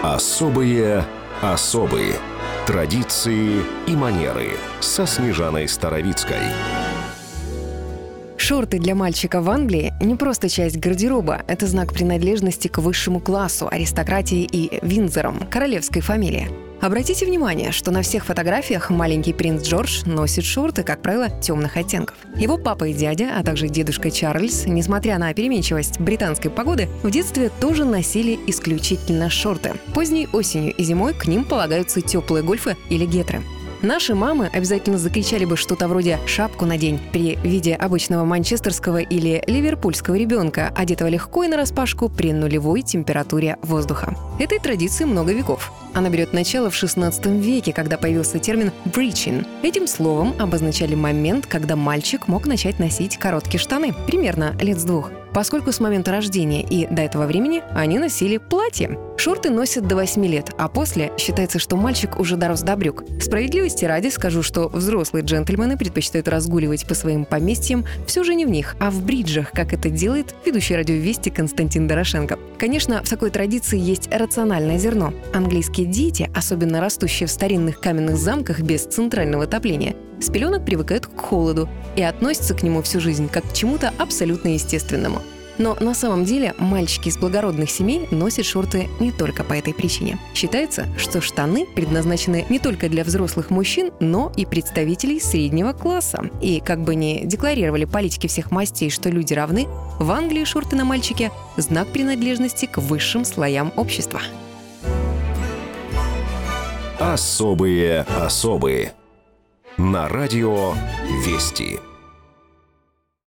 Особые особы. Традиции и манеры со Снежаной Старовицкой. Шорты для мальчика в Англии не просто часть гардероба. Это знак принадлежности к высшему классу, аристократии и Виндзорам, королевской фамилии. Обратите внимание, что на всех фотографиях маленький принц Джордж носит шорты, как правило, темных оттенков. Его папа и дядя, а также дедушка Чарльз, несмотря на переменчивость британской погоды, в детстве тоже носили исключительно шорты. Поздней осенью и зимой к ним полагаются теплые гольфы или гетры. Наши мамы обязательно закричали бы что-то вроде «шапку надень» при виде обычного манчестерского или ливерпульского ребенка, одетого легко и нараспашку при нулевой температуре воздуха. Этой традиции много веков. Она берет начало в XVI веке, когда появился термин «breeching». Этим словом обозначали момент, когда мальчик мог начать носить короткие штаны, примерно лет с 2. Поскольку с момента рождения и до этого времени они носили платье. Шорты носят до 8 лет, а после считается, что мальчик уже дорос до брюк. Справедливости ради скажу, что взрослые джентльмены предпочитают разгуливать по своим поместьям все же не в них, а в бриджах, как это делает ведущий радио «Вести» Константин Дорошенко. Конечно, в такой традиции есть рациональное зерно. Английские дети, особенно растущие в старинных каменных замках без центрального отопления, с пеленок привыкают к холоду и относятся к нему всю жизнь как к чему-то абсолютно естественному. Но на самом деле мальчики из благородных семей носят шорты не только по этой причине. Считается, что штаны предназначены не только для взрослых мужчин, но и представителей среднего класса. И как бы ни декларировали политики всех мастей, что люди равны, в Англии шорты на мальчике – знак принадлежности к высшим слоям общества. Особые особы. На радио «Вести».